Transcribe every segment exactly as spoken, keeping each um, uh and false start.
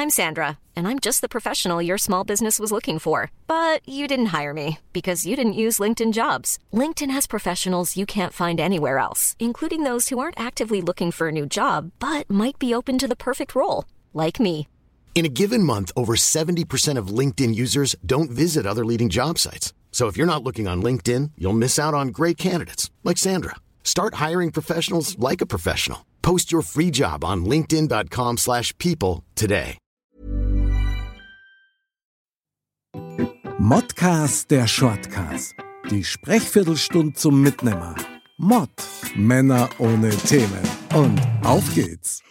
I'm Sandra, and I'm just the professional your small business was looking for. But you didn't hire me because you didn't use LinkedIn Jobs. LinkedIn has professionals you can't find anywhere else, including those who aren't actively looking for a new job, but might be open to the perfect role, like me. In a given month, over seventy percent of LinkedIn users don't visit other leading job sites. So if you're not looking on LinkedIn, you'll miss out on great candidates like Sandra. Start hiring professionals like a professional. Post your free job on linkedin.com slash people today. Modcast, der Shortcast. Die Sprechviertelstunde zum Mitnehmer. Mod. Männer ohne Themen. Und auf geht's.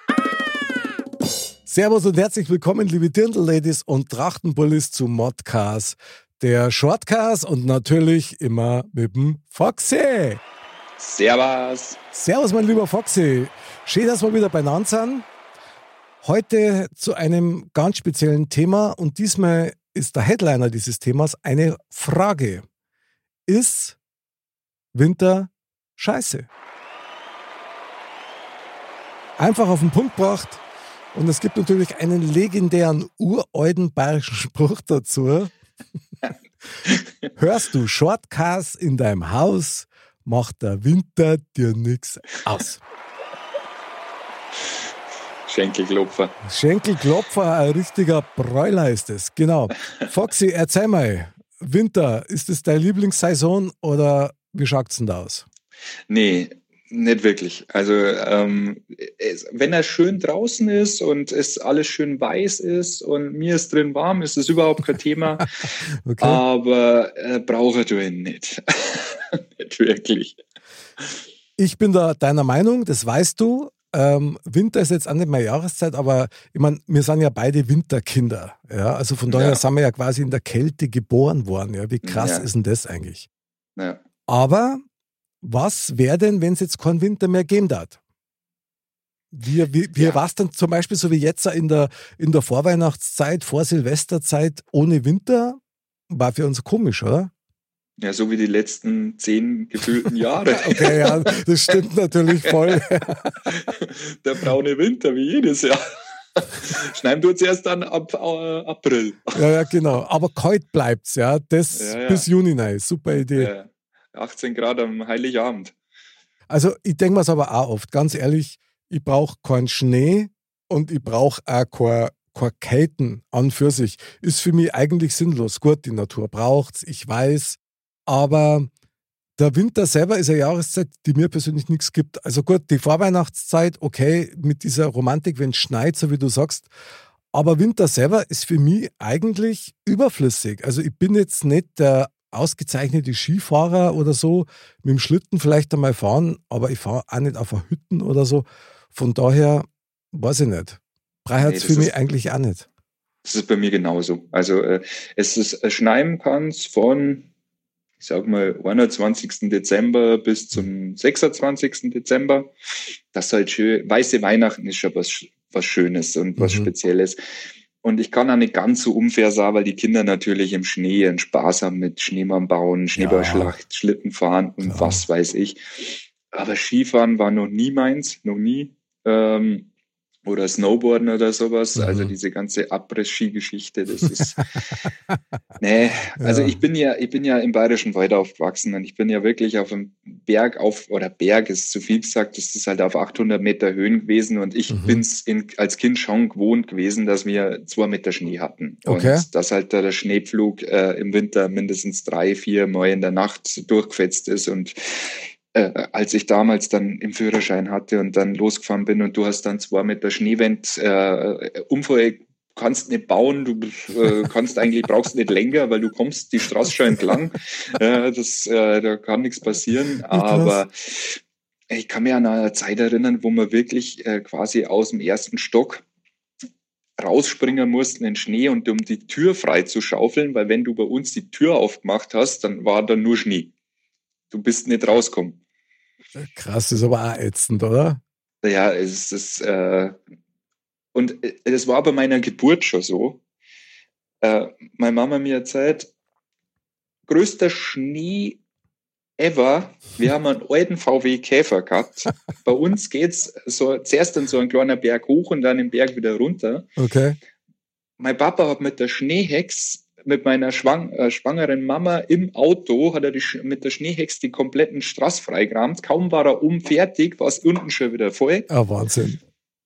Servus und herzlich willkommen, liebe Dirndl-Ladies und Trachtenbullis zu Modcast, der Shortcast und natürlich immer mit dem Foxy. Servus. Servus, mein lieber Foxy. Schön, dass wir wieder beieinander sind. Heute zu einem ganz speziellen Thema und diesmal ist der Headliner dieses Themas eine Frage. Ist Winter scheiße? Einfach auf den Punkt gebracht. Und es gibt natürlich einen legendären, uralten bayerischen Spruch dazu. Hörst du Shortcast in deinem Haus, macht der Winter dir nichts aus. Schenkelklopfer. Schenkelklopfer, ein richtiger Bräuler ist es, genau. Foxy, erzähl mal, Winter, ist es deine Lieblingssaison oder wie schaut es denn da aus? Nee, nicht wirklich. Also ähm, es, wenn er schön draußen ist und es alles schön weiß ist und mir ist drin warm, ist es überhaupt kein Thema. Okay. Aber äh, brauche ich ihn nicht. Nicht wirklich. Ich bin da deiner Meinung, das weißt du. Ähm, Winter ist jetzt auch nicht mehr Jahreszeit, aber ich meine, wir sind ja beide Winterkinder. Ja? Also von daher ja. sind wir ja quasi in der Kälte geboren worden. Ja? Wie krass ja. ist denn das eigentlich? Ja. Aber was wäre denn, wenn es jetzt keinen Winter mehr geben darf? Wie, wie, wie ja. war es dann zum Beispiel so wie jetzt in der, in der Vorweihnachtszeit, vor Silvesterzeit ohne Winter? War für uns komisch, oder? Ja, so wie die letzten zehn gefühlten Jahre. Okay, ja, das stimmt natürlich voll. Der braune Winter, wie jedes Jahr. Schneiden tut es erst dann ab äh, April. Ja, ja, genau. Aber kalt bleibt's, ja. Das ja, ja. bis Juni rein. Super Idee. Ja. achtzehn Grad am Heiligabend. Also ich denke mir es aber auch oft, ganz ehrlich, ich brauche keinen Schnee und ich brauche auch keine, keine Kälte an für sich. Ist für mich eigentlich sinnlos. Gut, die Natur braucht's, ich weiß, aber der Winter selber ist eine Jahreszeit, die mir persönlich nichts gibt. Also gut, die Vorweihnachtszeit, okay, mit dieser Romantik, wenn es schneit, so wie du sagst, aber Winter selber ist für mich eigentlich überflüssig. Also ich bin jetzt nicht der ausgezeichnete Skifahrer oder so, mit dem Schlitten vielleicht einmal fahren, aber ich fahre auch nicht auf einer Hütte oder so. Von daher, weiß ich nicht. Braucht es nee, für mich eigentlich auch nicht. Das ist bei mir genauso. Also äh, es ist äh, schneien kann von, ich sag mal, einundzwanzigsten Dezember bis zum sechsundzwanzigsten Dezember. Das ist halt schön. Weiße Weihnachten ist schon was, was Schönes und was mhm. Spezielles. Und ich kann auch nicht ganz so unfair sein, weil die Kinder natürlich im Schnee ihren Spaß haben mit Schneemann bauen, Schneeballschlacht, ja. Schlitten fahren und Klar. was weiß ich. Aber Skifahren war noch nie meins, noch nie. Ähm, oder Snowboarden oder sowas. Mhm. Also diese ganze Abriss-Ski-Geschichte, das ist... nee, also ja. ich bin ja ich bin ja im Bayerischen Wald aufgewachsen und ich bin ja wirklich auf einem Berg auf, oder Berg ist zu viel gesagt, das ist halt auf achthundert Meter Höhen gewesen und ich mhm. bin's in, als Kind schon gewohnt gewesen, dass wir zwei Meter Schnee hatten. Okay. Und dass halt der Schneepflug äh, im Winter mindestens drei, vier Mal in der Nacht durchgefetzt ist und Äh, als ich damals dann im Führerschein hatte und dann losgefahren bin und du hast dann zwei Meter Schneewand, äh, Unfall kannst nicht bauen, du äh, kannst eigentlich, brauchst nicht länger, weil du kommst die Straße schon entlang, äh, das, äh, da kann nichts passieren, aber ich kann mich an eine Zeit erinnern, wo man wirklich äh, quasi aus dem ersten Stock rausspringen mussten in den Schnee und um die Tür frei zu schaufeln, weil wenn du bei uns die Tür aufgemacht hast, dann war da nur Schnee. Du bist nicht rausgekommen. Krass, das ist aber auch ätzend, oder? Ja, es ist, äh, und es war bei meiner Geburt schon so. Äh, meine Mama mir erzählt, größter Schnee ever. Wir haben einen alten V W Käfer gehabt. Bei uns geht's so zuerst dann so ein kleiner Berg hoch und dann den Berg wieder runter. Okay. Mein Papa hat mit der Schneehex, mit meiner schwang, äh, schwangeren Mama im Auto, hat er die, mit der Schneehex die kompletten Straß freigerammt. Kaum war er oben fertig, war es unten schon wieder voll. Ah, Wahnsinn.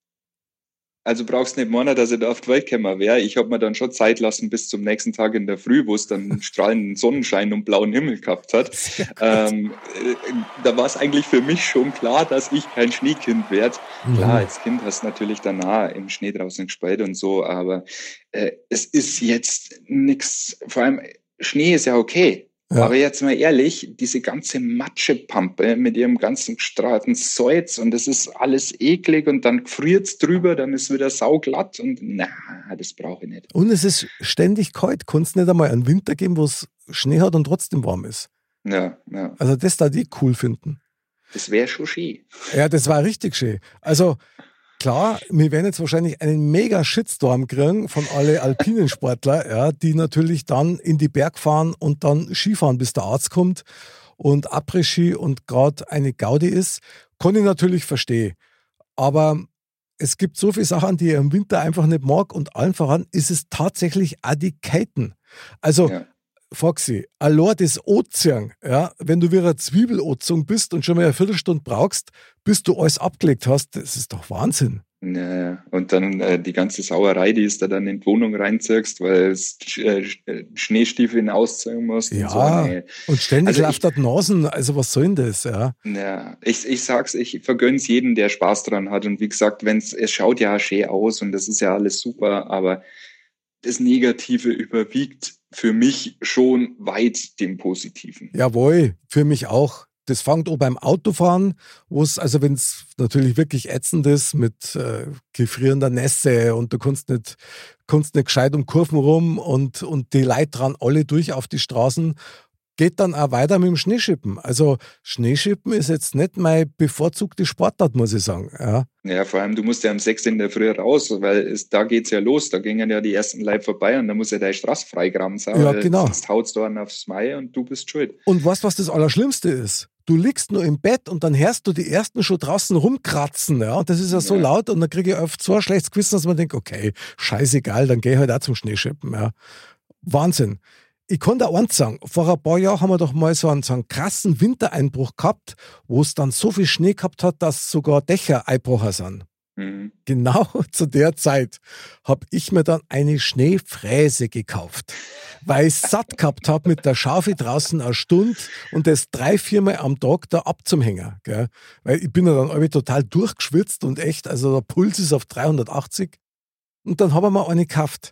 Also brauchst nicht meinen, dass ich da auf die Welt gekommen wäre. Ich habe mir dann schon Zeit lassen bis zum nächsten Tag in der Früh, wo es dann strahlenden Sonnenschein und blauen Himmel gehabt hat. Ähm, äh, da war es eigentlich für mich schon klar, dass ich kein Schneekind werde. Mhm. Klar, als Kind hast du natürlich danach im Schnee draußen gespielt und so, aber äh, es ist jetzt nichts, vor allem Schnee ist ja okay. Ja. Aber jetzt mal ehrlich, diese ganze Matschepampe mit ihrem ganzen gestrahlten Salz und das ist alles eklig und dann friert's drüber, dann ist wieder sauglatt und na, das brauche ich nicht. Und es ist ständig kalt. Kannst nicht einmal einen Winter geben, wo es Schnee hat und trotzdem warm ist. Ja, ja. Also das da die cool finden. Das wäre schon schön. Ja, das war richtig schön. Also klar, wir werden jetzt wahrscheinlich einen mega Shitstorm kriegen von alle alpinen Sportler, ja, die natürlich dann in die Berg fahren und dann Skifahren, bis der Arzt kommt und Après-Ski und gerade eine Gaudi ist. Kann ich natürlich verstehen. Aber es gibt so viele Sachen, die ich im Winter einfach nicht mag und allen voran ist es tatsächlich auch die Kälte. Also, ja. Foxy, allein das Ozean, ja, wenn du wie eine Zwiebelozung bist und schon mal eine Viertelstunde brauchst, bis du alles abgelegt hast, das ist doch Wahnsinn. Ja, und dann äh, die ganze Sauerei, die du dann in die Wohnung reinziehst, weil du äh, Schneestiefeln ausziehen musst. Ja, und, so. Nee. Und ständig also läuft das Nasen, also was soll denn das? Ja, ja ich, ich sag's, ich vergönn's jedem, der Spaß dran hat und wie gesagt, wenn's, es schaut ja schön aus und das ist ja alles super, aber das Negative überwiegt für mich schon weit dem Positiven. Jawohl, für mich auch. Das fängt auch beim Autofahren, wo es, also wenn es natürlich wirklich ätzend ist mit äh, gefrierender Nässe und du kannst nicht, kannst nicht gescheit um Kurven rum und, und die Leute dran alle durch auf die Straßen, geht dann auch weiter mit dem Schneeschippen. Also Schneeschippen ist jetzt nicht meine bevorzugte Sportart, muss ich sagen. Ja, ja vor allem du musst ja um sechs in der Früh raus, weil es, da geht's ja los, da gingen ja die ersten Leute vorbei und da muss ja deine Straße freigraben sein. Ja, genau. Sonst haut's da aufs Mai und du bist schuld. Und weißt du, was das Allerschlimmste ist? Du liegst nur im Bett und dann hörst du die Ersten schon draußen rumkratzen. Ja? Und das ist ja so ja. laut und dann kriege ich oft so ein schlechtes Gewissen, dass man denkt, okay, scheißegal, dann gehe ich halt auch zum Schneeschippen. Ja? Wahnsinn. Ich kann da eins sagen, vor ein paar Jahren haben wir doch mal so einen, so einen krassen Wintereinbruch gehabt, wo es dann so viel Schnee gehabt hat, dass sogar Dächer eingebrochen sind. Mhm. Genau zu der Zeit habe ich mir dann eine Schneefräse gekauft, weil ich satt gehabt habe mit der Schaufel draußen eine Stunde und das drei, viermal am Tag da abzumhängen. Gell? Weil ich bin ja dann irgendwie total durchgeschwitzt und echt, also der Puls ist auf dreihundertachtzig. Und dann haben wir mal eine gekauft.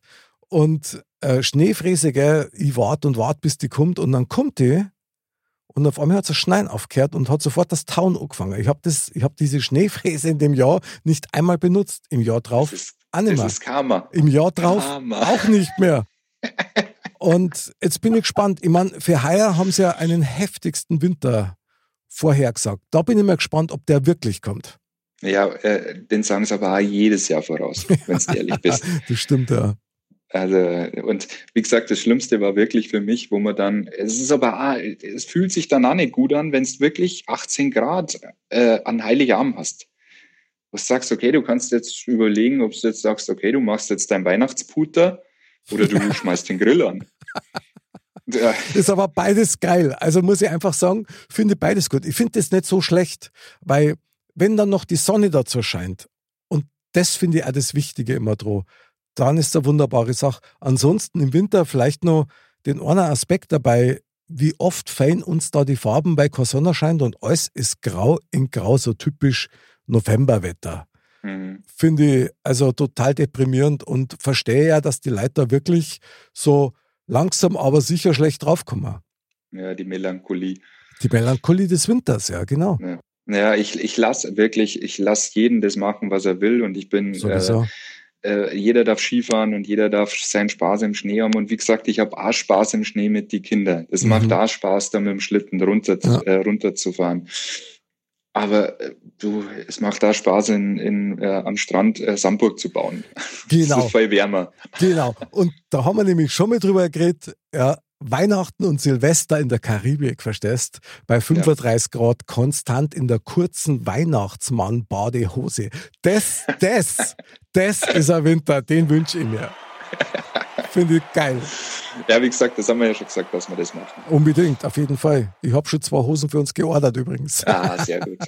Und äh, Schneefräse, gell, ich warte und warte, bis die kommt und dann kommt die und auf einmal hat es ein Schneien aufgehört und hat sofort das Tauen angefangen. Ich habe hab diese Schneefräse in dem Jahr nicht einmal benutzt. Im Jahr drauf das ist, auch nicht mehr. Das ist Karma. Im Jahr drauf Karma. Auch nicht mehr. Und jetzt bin ich gespannt. Ich meine, für heuer haben sie ja einen heftigsten Winter vorhergesagt. Da bin ich mal gespannt, ob der wirklich kommt. Ja, äh, den sagen sie aber auch jedes Jahr voraus, wenn du ehrlich bist. Das stimmt, ja. Also, und wie gesagt, das Schlimmste war wirklich für mich, wo man dann, es ist aber, auch, es fühlt sich dann auch nicht gut an, wenn es wirklich achtzehn Grad äh, an Heiligabend hast. Du sagst, okay, du kannst jetzt überlegen, ob du jetzt sagst, okay, du machst jetzt dein Weihnachtsputer oder du schmeißt den Grill an. Ja. Ist aber beides geil. Also muss ich einfach sagen, finde beides gut. Ich finde das nicht so schlecht, weil wenn dann noch die Sonne dazu scheint, und das finde ich auch das Wichtige immer dran, dann ist es eine wunderbare Sache. Ansonsten im Winter vielleicht noch den einen Aspekt dabei, wie oft fehlen uns da die Farben, weil keine Sonne scheint und alles ist grau in grau, so typisch Novemberwetter. Mhm. Finde ich also total deprimierend und verstehe ja, dass die Leute da wirklich so langsam, aber sicher schlecht draufkommen. Ja, die Melancholie. Die Melancholie des Winters, ja, genau. Ja, ja ich, ich lasse wirklich, ich lasse jeden das machen, was er will und ich bin... Sowieso. Äh, Äh, jeder darf Skifahren und jeder darf seinen Spaß im Schnee haben. Und wie gesagt, ich habe auch Spaß im Schnee mit den Kindern. Es mhm. macht auch Spaß, da mit dem Schlitten runter, ja. äh, runterzufahren. Aber äh, du, es macht auch Spaß, in, in, äh, am Strand äh, Sandburg zu bauen. Genau. Das ist voll wärmer. Genau. Und da haben wir nämlich schon mal drüber geredet, ja, Weihnachten und Silvester in der Karibik, verstehst? Bei fünfunddreißig ja. Grad konstant in der kurzen Weihnachtsmann-Badehose. Das, das, das ist ein Winter, den wünsche ich mir. Finde ich geil. Ja, wie gesagt, das haben wir ja schon gesagt, dass wir das machen. Unbedingt, auf jeden Fall. Ich habe schon zwei Hosen für uns geordert übrigens. Ah, sehr gut.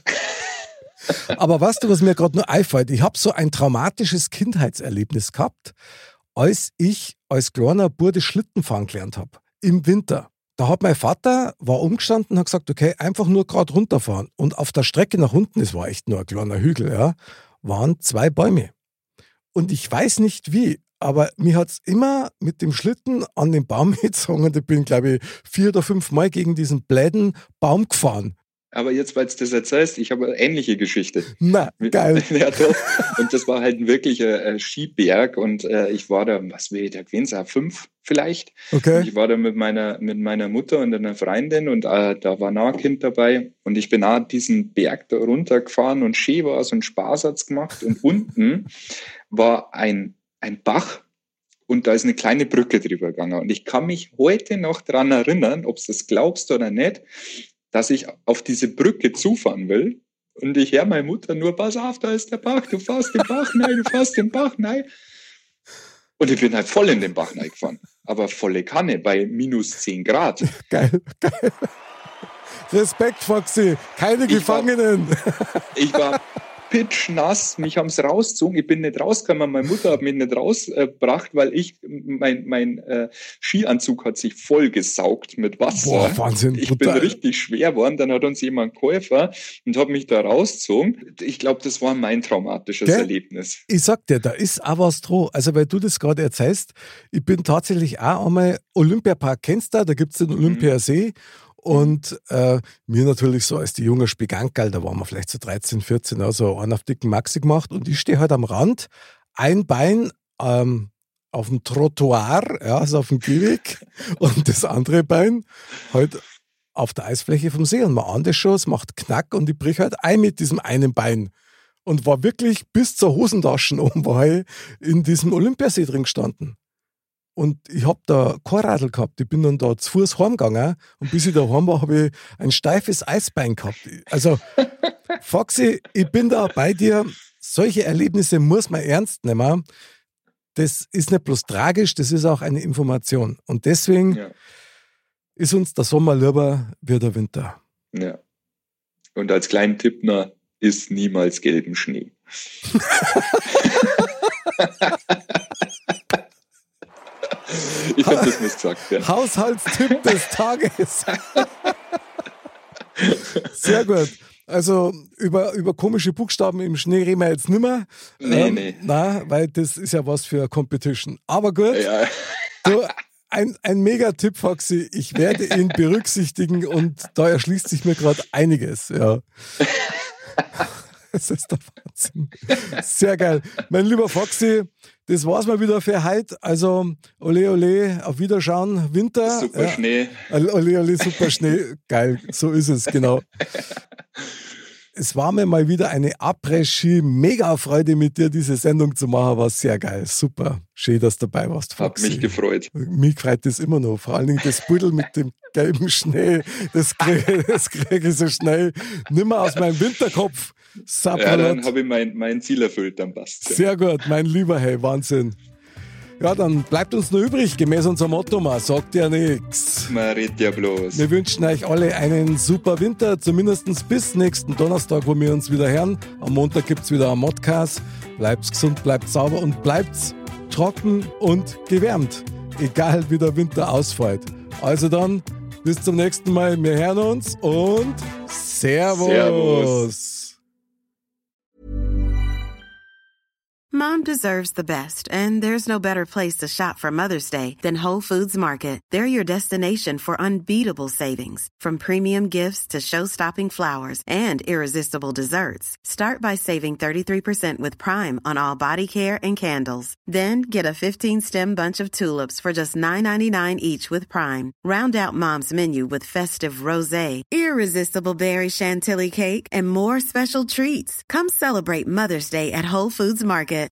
Aber weißt du, was mir gerade nur einfällt? Ich habe so ein traumatisches Kindheitserlebnis gehabt, als ich als kleiner Bude Schlittenfahren gelernt habe. Im Winter. Da hat mein Vater, war umgestanden und hat gesagt, okay, einfach nur gerade runterfahren. Und auf der Strecke nach unten, das war echt nur ein kleiner Hügel, ja, waren zwei Bäume. Und ich weiß nicht wie, aber mir hat es immer mit dem Schlitten an den Baum gezogen und ich bin, glaube ich, vier oder fünf Mal gegen diesen bläden Baum gefahren. Aber jetzt, weil du das erzählst, ich habe eine ähnliche Geschichte. Na, geil. Ja, doch. Und das war halt ein wirklicher äh, Skiberg und äh, ich war da, was will ich da gewesen sein, fünf vielleicht. Okay. Und ich war da mit meiner, mit meiner Mutter und einer Freundin und äh, da war noch ein Kind dabei und ich bin auch diesen Berg da runtergefahren und schön war es und Spaß hat's gemacht und unten war ein, ein Bach und da ist eine kleine Brücke drüber gegangen und ich kann mich heute noch dran erinnern, ob du das glaubst oder nicht, dass ich auf diese Brücke zufahren will und ich höre meine Mutter nur, pass auf, da ist der Bach, du fährst den Bach rein, du fährst den Bach rein. Und ich bin halt voll in den Bach reingefahren, aber volle Kanne bei minus zehn Grad. Geil, geil. Respekt, Foxy, keine Gefangenen. Ich war, ich war pitschnass, mich haben es rausgezogen, ich bin nicht rausgekommen, meine Mutter hat mich nicht rausgebracht, weil ich, mein, mein äh, Skianzug hat sich voll gesaugt mit Wasser. Boah, Wahnsinn. Ich bin richtig schwer geworden, dann hat uns jemand geholfen und hat mich da rausgezogen. Ich glaube, das war mein traumatisches Gell? Erlebnis. Ich sag dir, da ist auch was dran. Also, weil du das gerade erzählst, ich bin tatsächlich auch einmal, Olympiapark kennst du, da gibt es den Olympiasee. Und äh, mir natürlich so als die junge Spigankerl, da waren wir vielleicht so dreizehn, vierzehn, also einen auf dicken Maxi gemacht und ich stehe halt am Rand, ein Bein ähm, auf dem Trottoir, ja, also auf dem Gehweg und das andere Bein halt auf der Eisfläche vom See und man ahnt das schon, es macht Knack und ich brich halt ein mit diesem einen Bein und war wirklich bis zur Hosentaschen oben, war ich in diesem Olympiasee drin gestanden. Und ich hab da kein Radl gehabt. Ich bin dann da zu Fuß heimgegangen und bis ich daheim war, habe ich ein steifes Eisbein gehabt. Also, Foxy, ich bin da bei dir. Solche Erlebnisse muss man ernst nehmen. Das ist nicht bloß tragisch, das ist auch eine Information. Und deswegen ja. ist uns der Sommer lieber wie der Winter. Ja. Und als kleinen Tipp noch, isst niemals gelben Schnee. Ich habe das nicht gesagt. Ja. Haushaltstipp des Tages. Sehr gut. Also über, über komische Buchstaben im Schnee reden wir jetzt nicht mehr. Nee, ähm, nee. Nein, weil das ist ja was für Competition. Aber gut, ja. du, ein, ein Mega-Tipp, Foxy. Ich werde ihn berücksichtigen und da erschließt sich mir gerade einiges. Ja. Das ist der Wahnsinn. Sehr geil. Mein lieber Foxy, das war's mal wieder für heute. Also, ole, ole, auf Wiederschauen. Winter. Super ja. Schnee. Ole, ole, super Schnee. Geil, so ist es, genau. Es war mir mal wieder eine Après-Ski-Mega-Freude, mit dir diese Sendung zu machen. War sehr geil. Super. Schön, dass du dabei warst, Foxy. Hat mich gefreut. Mich freut das immer noch. Vor allen Dingen das Pudel mit dem gelben Schnee. Das kriege das krieg ich so schnell nicht mehr aus meinem Winterkopf. Sapperlot. Ja, dann habe ich mein, mein Ziel erfüllt, dann passt es. Sehr gut, mein Lieber, hey, Wahnsinn. Ja, dann bleibt uns nur übrig, gemäß unserem Motto, man sagt ja nichts. Man redet ja bloß. Wir wünschen euch alle einen super Winter, zumindest bis nächsten Donnerstag, wo wir uns wieder hören. Am Montag gibt es wieder einen Modcast. Bleibt gesund, bleibt sauber und bleibt trocken und gewärmt. Egal wie der Winter ausfällt. Also dann, bis zum nächsten Mal. Wir hören uns und Servus. Servus. Mom deserves the best, and there's no better place to shop for Mother's Day than Whole Foods Market. They're your destination for unbeatable savings, from premium gifts to show-stopping flowers and irresistible desserts. Start by saving thirty-three percent with Prime on all body care and candles. Then get a fifteen-stem bunch of tulips for just nine ninety-nine each with Prime. Round out Mom's menu with festive rosé, irresistible berry chantilly cake, and more special treats. Come celebrate Mother's Day at Whole Foods Market.